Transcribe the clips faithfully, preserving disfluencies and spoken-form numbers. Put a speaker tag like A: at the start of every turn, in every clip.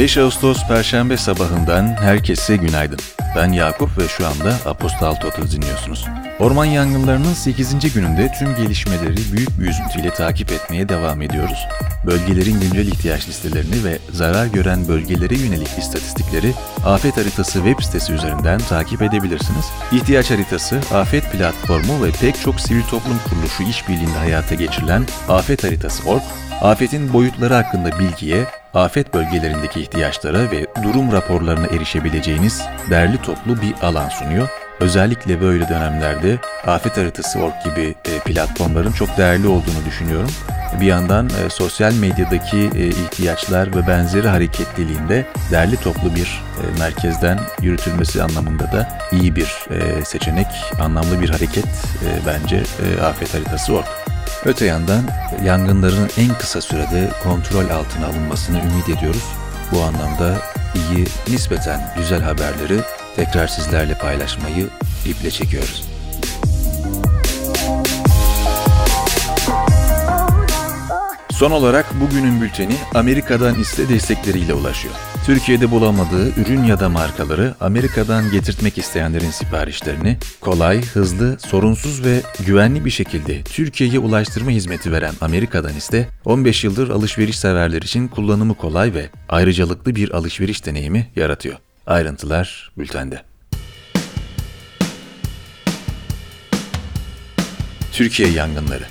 A: beş Ağustos Perşembe sabahından herkese günaydın. Ben Yakup ve şu anda Apostal Total dinliyorsunuz. Orman yangınlarının sekizinci gününde tüm gelişmeleri büyük bir üzüntüyle takip etmeye devam ediyoruz. Bölgelerin güncel ihtiyaç listelerini ve zarar gören bölgelere yönelik istatistikleri Afet Haritası web sitesi üzerinden takip edebilirsiniz. İhtiyaç Haritası, Afet Platformu ve pek çok sivil toplum kuruluşu işbirliğinde hayata geçirilen Afet Haritası nokta org, afetin boyutları hakkında bilgiye, afet bölgelerindeki ihtiyaçlara ve durum raporlarına erişebileceğiniz derli toplu bir alan sunuyor. Özellikle böyle dönemlerde Afet Haritası nokta org gibi e, platformların çok değerli olduğunu düşünüyorum. Bir yandan e, sosyal medyadaki e, ihtiyaçlar ve benzeri hareketliliğinde derli toplu bir e, merkezden yürütülmesi anlamında da iyi bir e, seçenek, anlamlı bir hareket e, bence e, Afet Haritası nokta org. Öte yandan yangınların en kısa sürede kontrol altına alınmasını ümit ediyoruz. Bu anlamda iyi, nispeten güzel haberleri tekrar sizlerle paylaşmayı iple çekiyoruz. Son olarak bugünün bülteni Amerika'dan iste destekleriyle ulaşıyor. Türkiye'de bulamadığı ürün ya da markaları Amerika'dan getirtmek isteyenlerin siparişlerini kolay, hızlı, sorunsuz ve güvenli bir şekilde Türkiye'ye ulaştırma hizmeti veren Amerika'dan iste, on beş yıldır alışveriş severler için kullanımı kolay ve ayrıcalıklı bir alışveriş deneyimi yaratıyor. Ayrıntılar bültende. Türkiye yangınları.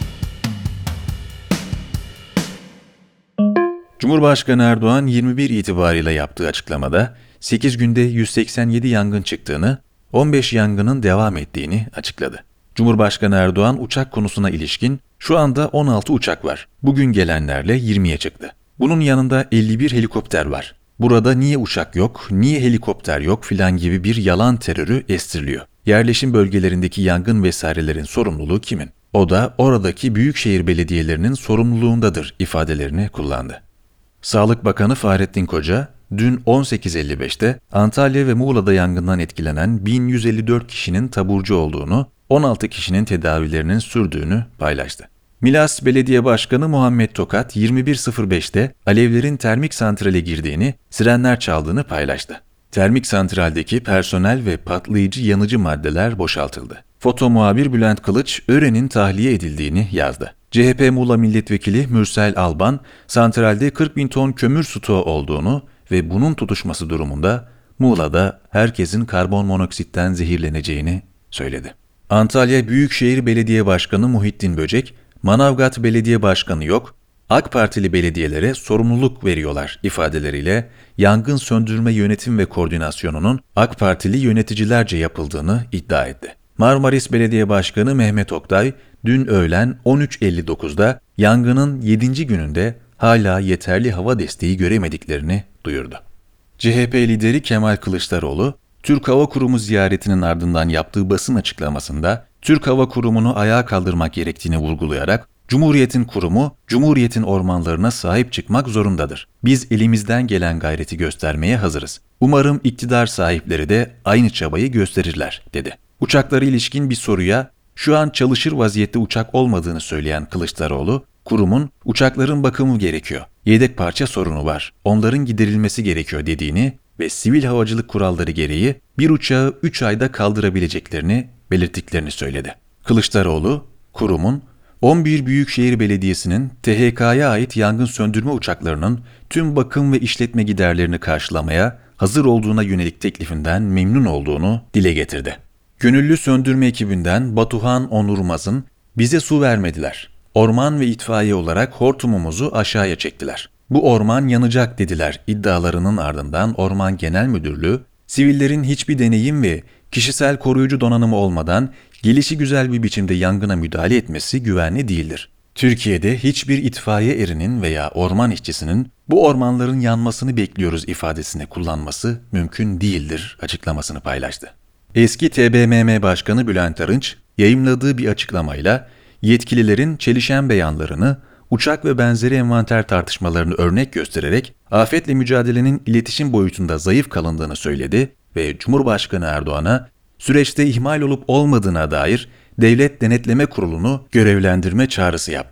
A: Cumhurbaşkanı Erdoğan yirmi bir itibariyle yaptığı açıklamada sekiz günde yüz seksen yedi yangın çıktığını, on beş yangının devam ettiğini açıkladı. Cumhurbaşkanı Erdoğan uçak konusuna ilişkin şu anda on altı uçak var. Bugün gelenlerle yirmiye çıktı. Bunun yanında elli bir helikopter var. Burada niye uçak yok, niye helikopter yok filan gibi bir yalan terörü estiriliyor. Yerleşim bölgelerindeki yangın vesairelerin sorumluluğu kimin? O da oradaki büyükşehir belediyelerinin sorumluluğundadır ifadelerini kullandı. Sağlık Bakanı Fahrettin Koca, dün on sekiz elli beşte Antalya ve Muğla'da yangından etkilenen bin yüz elli dört kişinin taburcu olduğunu, on altı kişinin tedavilerinin sürdüğünü paylaştı. Milas Belediye Başkanı Muhammed Tokat, yirmi bir sıfır beşte alevlerin termik santrale girdiğini, sirenler çaldığını paylaştı. Termik santraldeki personel ve patlayıcı yanıcı maddeler boşaltıldı. Foto muhabir Bülent Kılıç, Ören'in tahliye edildiğini yazdı. C H P Muğla Milletvekili Mürsel Alban, santralde kırk bin ton kömür stoğu olduğunu ve bunun tutuşması durumunda Muğla'da herkesin karbon monoksitten zehirleneceğini söyledi. Antalya Büyükşehir Belediye Başkanı Muhittin Böcek, Manavgat Belediye Başkanı yok, AK Partili belediyelere sorumluluk veriyorlar ifadeleriyle yangın söndürme yönetim ve koordinasyonunun AK Partili yöneticilerce yapıldığını iddia etti. Marmaris Belediye Başkanı Mehmet Oktay, dün öğlen on üç elli dokuzda yangının yedinci gününde hala yeterli hava desteği göremediklerini duyurdu. C H P lideri Kemal Kılıçdaroğlu, Türk Hava Kurumu ziyaretinin ardından yaptığı basın açıklamasında Türk Hava Kurumu'nu ayağa kaldırmak gerektiğini vurgulayarak, Cumhuriyet'in kurumu, Cumhuriyet'in ormanlarına sahip çıkmak zorundadır. Biz elimizden gelen gayreti göstermeye hazırız. Umarım iktidar sahipleri de aynı çabayı gösterirler, dedi. Uçaklara ilişkin bir soruya, şu an çalışır vaziyette uçak olmadığını söyleyen Kılıçdaroğlu, kurumun uçakların bakımı gerekiyor, yedek parça sorunu var, onların giderilmesi gerekiyor dediğini ve sivil havacılık kuralları gereği bir uçağı üç ayda kaldırabileceklerini belirttiklerini söyledi. Kılıçdaroğlu, kurumun on bir Büyükşehir Belediyesi'nin T H K'ya ait yangın söndürme uçaklarının tüm bakım ve işletme giderlerini karşılamaya hazır olduğuna yönelik teklifinden memnun olduğunu dile getirdi. Gönüllü söndürme ekibinden Batuhan Onurmaz'ın bize su vermediler. Orman ve itfaiye olarak hortumumuzu aşağıya çektiler. Bu orman yanacak dediler iddialarının ardından Orman Genel Müdürlüğü, sivillerin hiçbir deneyim ve kişisel koruyucu donanımı olmadan gelişigüzel bir biçimde yangına müdahale etmesi güvenli değildir. Türkiye'de hiçbir itfaiye erinin veya orman işçisinin bu ormanların yanmasını bekliyoruz ifadesini kullanması mümkün değildir açıklamasını paylaştı. Eski T B M M Başkanı Bülent Arınç, yayımladığı bir açıklamayla yetkililerin çelişen beyanlarını, uçak ve benzeri envanter tartışmalarını örnek göstererek afetle mücadelenin iletişim boyutunda zayıf kalındığını söyledi ve Cumhurbaşkanı Erdoğan'a süreçte ihmal olup olmadığına dair Devlet Denetleme Kurulu'nu görevlendirme çağrısı yaptı.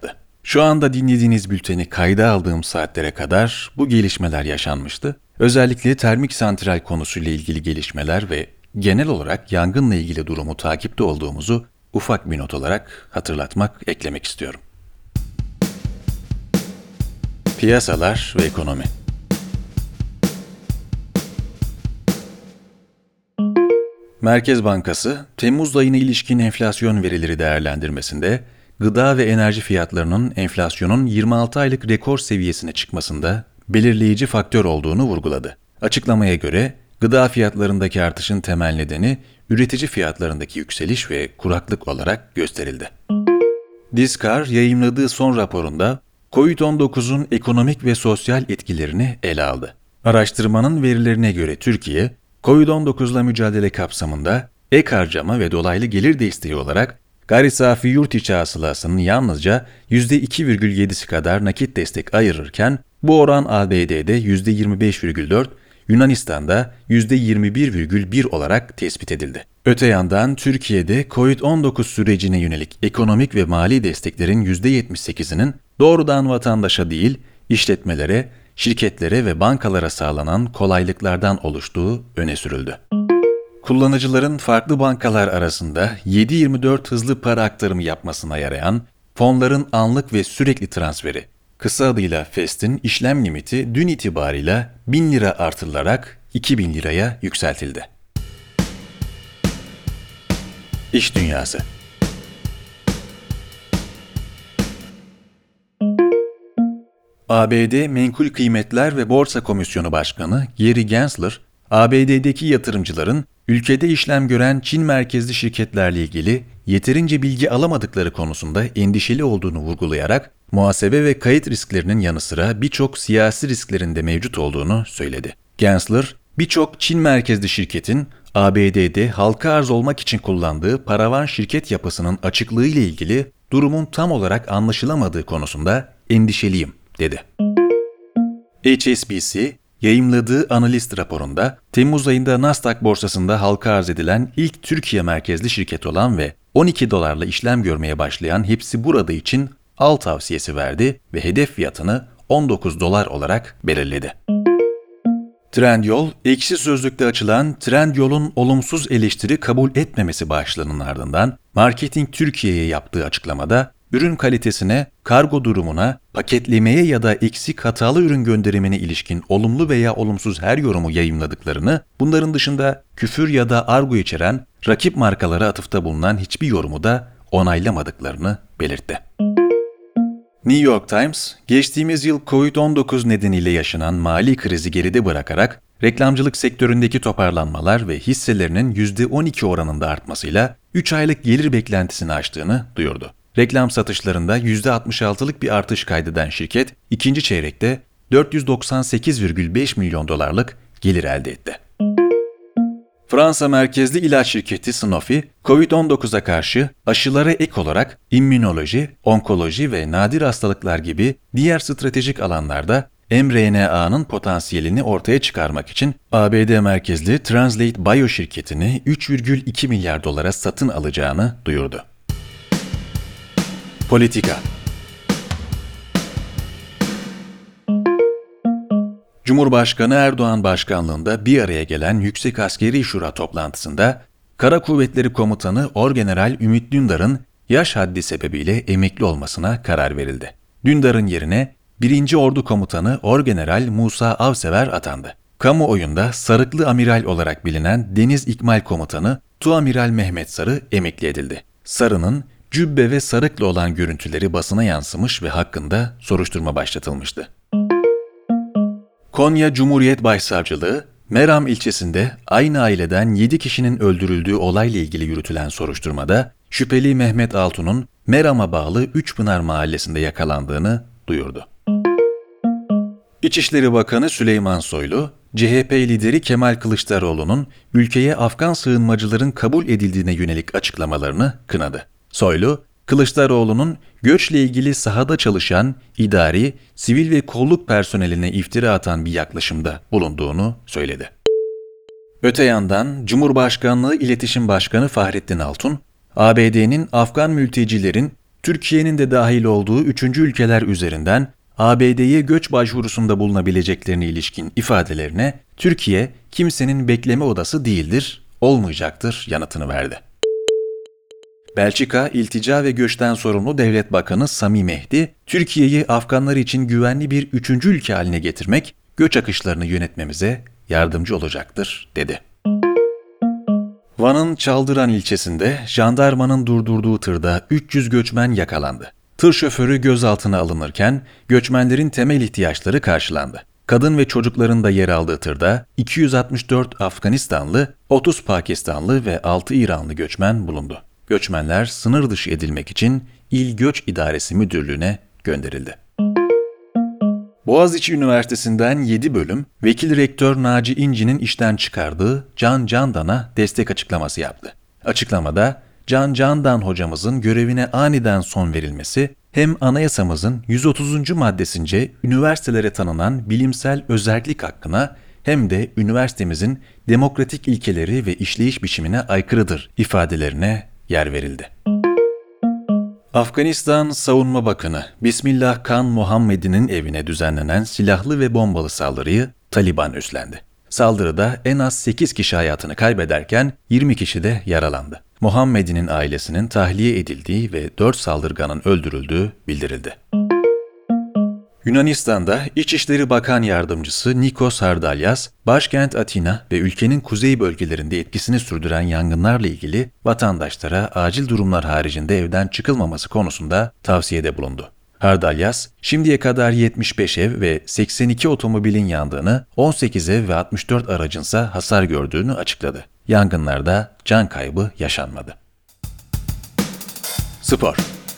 A: Şu anda dinlediğiniz bülteni kayda aldığım saatlere kadar bu gelişmeler yaşanmıştı. Özellikle termik santral konusuyla ilgili gelişmeler ve genel olarak yangınla ilgili durumu takipte olduğumuzu ufak bir not olarak hatırlatmak, eklemek istiyorum. Piyasalar ve ekonomi. Merkez Bankası, Temmuz ayına ilişkin enflasyon verileri değerlendirmesinde, gıda ve enerji fiyatlarının enflasyonun yirmi altı aylık rekor seviyesine çıkmasında belirleyici faktör olduğunu vurguladı. Açıklamaya göre, gıda fiyatlarındaki artışın temel nedeni, üretici fiyatlarındaki yükseliş ve kuraklık olarak gösterildi. Diskar, yayımladığı son raporunda, kovid on dokuzun ekonomik ve sosyal etkilerini ele aldı. Araştırmanın verilerine göre Türkiye, kovid on dokuzla mücadele kapsamında ek harcama ve dolaylı gelir desteği olarak gayri safi yurt içi hasılasının yalnızca yüzde iki virgül yedisi kadar nakit destek ayırırken bu oran A B D'de yüzde yirmi beş virgül dört, Yunanistan'da yüzde yirmi bir virgül bir olarak tespit edildi. Öte yandan Türkiye'de kovid on dokuz sürecine yönelik ekonomik ve mali desteklerin yüzde yetmiş sekizinin doğrudan vatandaşa değil, işletmelere, şirketlere ve bankalara sağlanan kolaylıklardan oluştuğu öne sürüldü. Kullanıcıların farklı bankalar arasında yedi yirmi dört hızlı para aktarımı yapmasına yarayan fonların anlık ve sürekli transferi, kısa adıyla FAST'in işlem limiti dün itibarıyla bin lira artırılarak iki bin liraya yükseltildi. İş dünyası. A B D Menkul Kıymetler ve Borsa Komisyonu Başkanı Gary Gensler, A B D'deki yatırımcıların ülkede işlem gören Çin merkezli şirketlerle ilgili yeterince bilgi alamadıkları konusunda endişeli olduğunu vurgulayarak, muhasebe ve kayıt risklerinin yanı sıra birçok siyasi risklerin de mevcut olduğunu söyledi. Gensler, birçok Çin merkezli şirketin A B D'de halka arz olmak için kullandığı paravan şirket yapısının açıklığı ile ilgili durumun tam olarak anlaşılamadığı konusunda endişeliyim, dedi. H S B C, yayımladığı analist raporunda, Temmuz ayında Nasdaq borsasında halka arz edilen ilk Türkiye merkezli şirket olan ve on iki dolarla işlem görmeye başlayan Hepsi Burada için al tavsiyesi verdi ve hedef fiyatını on dokuz dolar olarak belirledi. Trendyol, Ekşi Sözlük'te açılan Trendyol'un olumsuz eleştiri kabul etmemesi başlığının ardından Marketing Türkiye'ye yaptığı açıklamada, ürün kalitesine, kargo durumuna, paketlemeye ya da eksik hatalı ürün gönderimine ilişkin olumlu veya olumsuz her yorumu yayımladıklarını, bunların dışında küfür ya da argo içeren rakip markalara atıfta bulunan hiçbir yorumu da onaylamadıklarını belirtti. New York Times, geçtiğimiz yıl kovid on dokuz nedeniyle yaşanan mali krizi geride bırakarak reklamcılık sektöründeki toparlanmalar ve hisselerinin yüzde on iki oranında artmasıyla üç aylık gelir beklentisini aştığını duyurdu. Reklam satışlarında yüzde altmış altılık bir artış kaydeden şirket, ikinci çeyrekte dört yüz doksan sekiz virgül beş milyon dolarlık gelir elde etti. Fransa merkezli ilaç şirketi Sanofi, kovid on dokuza karşı aşılara ek olarak immünoloji, onkoloji ve nadir hastalıklar gibi diğer stratejik alanlarda mRNA'nın potansiyelini ortaya çıkarmak için A B D merkezli Translate Bio şirketini üç virgül iki milyar dolara satın alacağını duyurdu. Politika. Cumhurbaşkanı Erdoğan başkanlığında bir araya gelen Yüksek Askeri Şura toplantısında, Kara Kuvvetleri Komutanı Orgeneral Ümit Dündar'ın yaş haddi sebebiyle emekli olmasına karar verildi. Dündar'ın yerine birinci Ordu Komutanı Orgeneral Musa Avsever atandı. Kamuoyunda Sarıklı Amiral olarak bilinen Deniz İkmal Komutanı Tuamiral Mehmet Sarı emekli edildi. Sarı'nın cübbe ve sarıkla olan görüntüleri basına yansımış ve hakkında soruşturma başlatılmıştı. Konya Cumhuriyet Başsavcılığı, Meram ilçesinde aynı aileden yedi kişinin öldürüldüğü olayla ilgili yürütülen soruşturmada şüpheli Mehmet Altun'un Meram'a bağlı Üçpınar mahallesinde yakalandığını duyurdu. İçişleri Bakanı Süleyman Soylu, C H P lideri Kemal Kılıçdaroğlu'nun ülkeye Afgan sığınmacıların kabul edildiğine yönelik açıklamalarını kınadı. Soylu, Kılıçdaroğlu'nun göçle ilgili sahada çalışan idari, sivil ve kolluk personeline iftira atan bir yaklaşımda bulunduğunu söyledi. Öte yandan Cumhurbaşkanlığı İletişim Başkanı Fahrettin Altun, A B D'nin Afgan mültecilerin Türkiye'nin de dahil olduğu üçüncü ülkeler üzerinden A B D'ye göç başvurusunda bulunabileceklerine ilişkin ifadelerine Türkiye kimsenin bekleme odası değildir, olmayacaktır yanıtını verdi. Belçika, İltica ve Göçten Sorumlu Devlet Bakanı Sami Mehdi, Türkiye'yi Afganlar için güvenli bir üçüncü ülke haline getirmek, göç akışlarını yönetmemize yardımcı olacaktır, dedi. Van'ın Çaldıran ilçesinde jandarmanın durdurduğu tırda üç yüz göçmen yakalandı. Tır şoförü gözaltına alınırken göçmenlerin temel ihtiyaçları karşılandı. Kadın ve çocukların da yer aldığı tırda iki yüz altmış dört Afganistanlı, otuz Pakistanlı ve altı İranlı göçmen bulundu. Göçmenler sınır dışı edilmek için İl Göç İdaresi Müdürlüğü'ne gönderildi. Boğaziçi Üniversitesi'nden yedi bölüm, Vekil Rektör Naci İnci'nin işten çıkardığı Can Candan'a destek açıklaması yaptı. Açıklamada, Can Candan hocamızın görevine aniden son verilmesi, hem anayasamızın yüz otuzuncu maddesince üniversitelere tanınan bilimsel özerklik hakkına hem de üniversitemizin demokratik ilkeleri ve işleyiş biçimine aykırıdır ifadelerine yer verildi. Afganistan Savunma Bakanı Bismillah Khan Muhammedi'nin evine düzenlenen silahlı ve bombalı saldırıyı Taliban üstlendi. Saldırıda en az sekiz kişi hayatını kaybederken yirmi kişi de yaralandı. Muhammedi'nin ailesinin tahliye edildiği ve dört saldırganın öldürüldüğü bildirildi. Yunanistan'da İçişleri Bakan Yardımcısı Nikos Hardalyas, başkent Atina ve ülkenin kuzey bölgelerinde etkisini sürdüren yangınlarla ilgili vatandaşlara acil durumlar haricinde evden çıkılmaması konusunda tavsiyede bulundu. Hardalyas, şimdiye kadar yetmiş beş ev ve seksen iki otomobilin yandığını, on sekiz ev ve altmış dört aracınsa hasar gördüğünü açıkladı. Yangınlarda can kaybı yaşanmadı. Spor.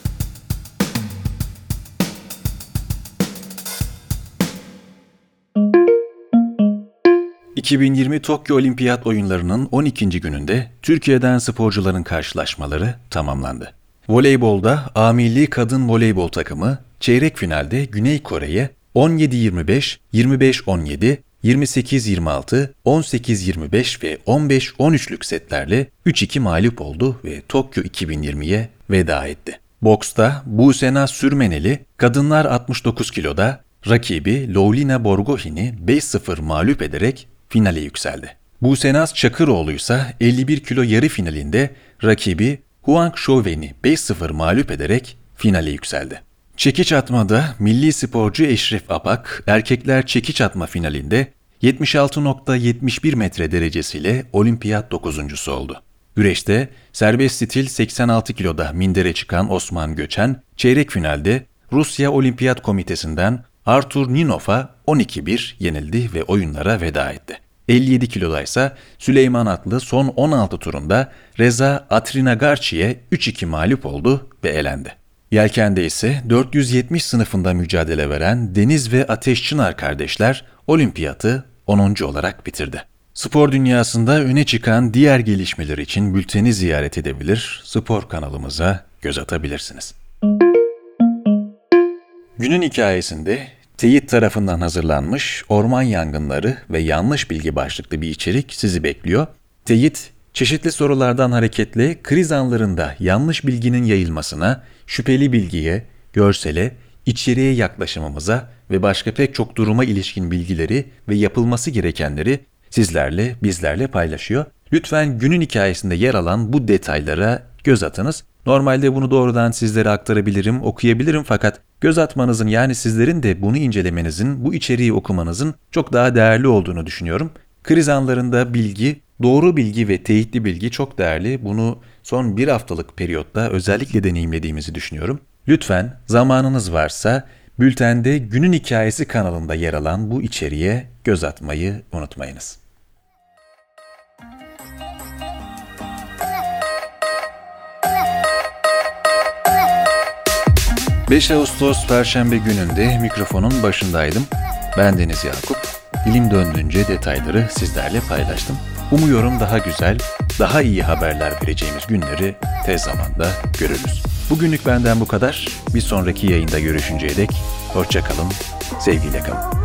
A: iki bin yirmi Tokyo Olimpiyat Oyunları'nın on ikinci gününde Türkiye'den sporcuların karşılaşmaları tamamlandı. Voleybolda A Milli Kadın Voleybol takımı çeyrek finalde Güney Kore'ye on yedi yirmi beş, yirmi beş on yedi, yirmi sekiz yirmi altı, on sekiz yirmi beş ve on beş on üçlük setlerle üç iki mağlup oldu ve Tokyo iki bin yirmiye veda etti. Boksta Busenaz Sürmeneli kadınlar altmış dokuz kiloda rakibi Lovlina Borgohin'i beş sıfır mağlup ederek finale yükseldi. Busenaz Çakıroğlu ise elli bir kilo yarı finalinde rakibi Huang Shouwen'i beş sıfır mağlup ederek finale yükseldi. Çekiç atmada milli sporcu Eşref Apak, erkekler çekiç atma finalinde yetmiş altı nokta yetmiş bir metre derecesiyle olimpiyat dokuzuncusu oldu. Güreşte serbest stil seksen altı kiloda mindere çıkan Osman Göçen, çeyrek finalde Rusya Olimpiyat Komitesi'nden Artur Ninov'a on iki bir yenildi ve oyunlara veda etti. elli yedi kiloda ise Süleyman Atlı son on altı turunda Reza Atrinagarchi'ye üç iki mağlup oldu ve elendi. Yelkende ise dört yüz yetmiş sınıfında mücadele veren Deniz ve Ateş Çınar kardeşler olimpiyatı onuncu olarak bitirdi. Spor dünyasında öne çıkan diğer gelişmeler için bülteni ziyaret edebilir, spor kanalımıza göz atabilirsiniz. Günün hikayesinde Teyit tarafından hazırlanmış Orman Yangınları ve Yanlış Bilgi başlıklı bir içerik sizi bekliyor. Teyit, çeşitli sorulardan hareketle kriz anlarında yanlış bilginin yayılmasına, şüpheli bilgiye, görsele, içeriğe yaklaşımımıza ve başka pek çok duruma ilişkin bilgileri ve yapılması gerekenleri sizlerle, bizlerle paylaşıyor. Lütfen günün hikayesinde yer alan bu detaylara göz atınız. Normalde bunu doğrudan sizlere aktarabilirim, okuyabilirim fakat göz atmanızın, yani sizlerin de bunu incelemenizin, bu içeriği okumanızın çok daha değerli olduğunu düşünüyorum. Kriz anlarında bilgi, doğru bilgi ve teyitli bilgi çok değerli. Bunu son bir haftalık periyotta özellikle deneyimlediğimizi düşünüyorum. Lütfen zamanınız varsa bültende Günün Hikayesi kanalında yer alan bu içeriğe göz atmayı unutmayınız. beş Ağustos Perşembe gününde mikrofonun başındaydım. Ben Deniz Yakup. Dilim döndüğünce detayları sizlerle paylaştım. Umuyorum daha güzel, daha iyi haberler vereceğimiz günleri tez zamanda görürüz. Bugünlük benden bu kadar. Bir sonraki yayında görüşünceye dek hoşça kalın, sevgiyle kalın.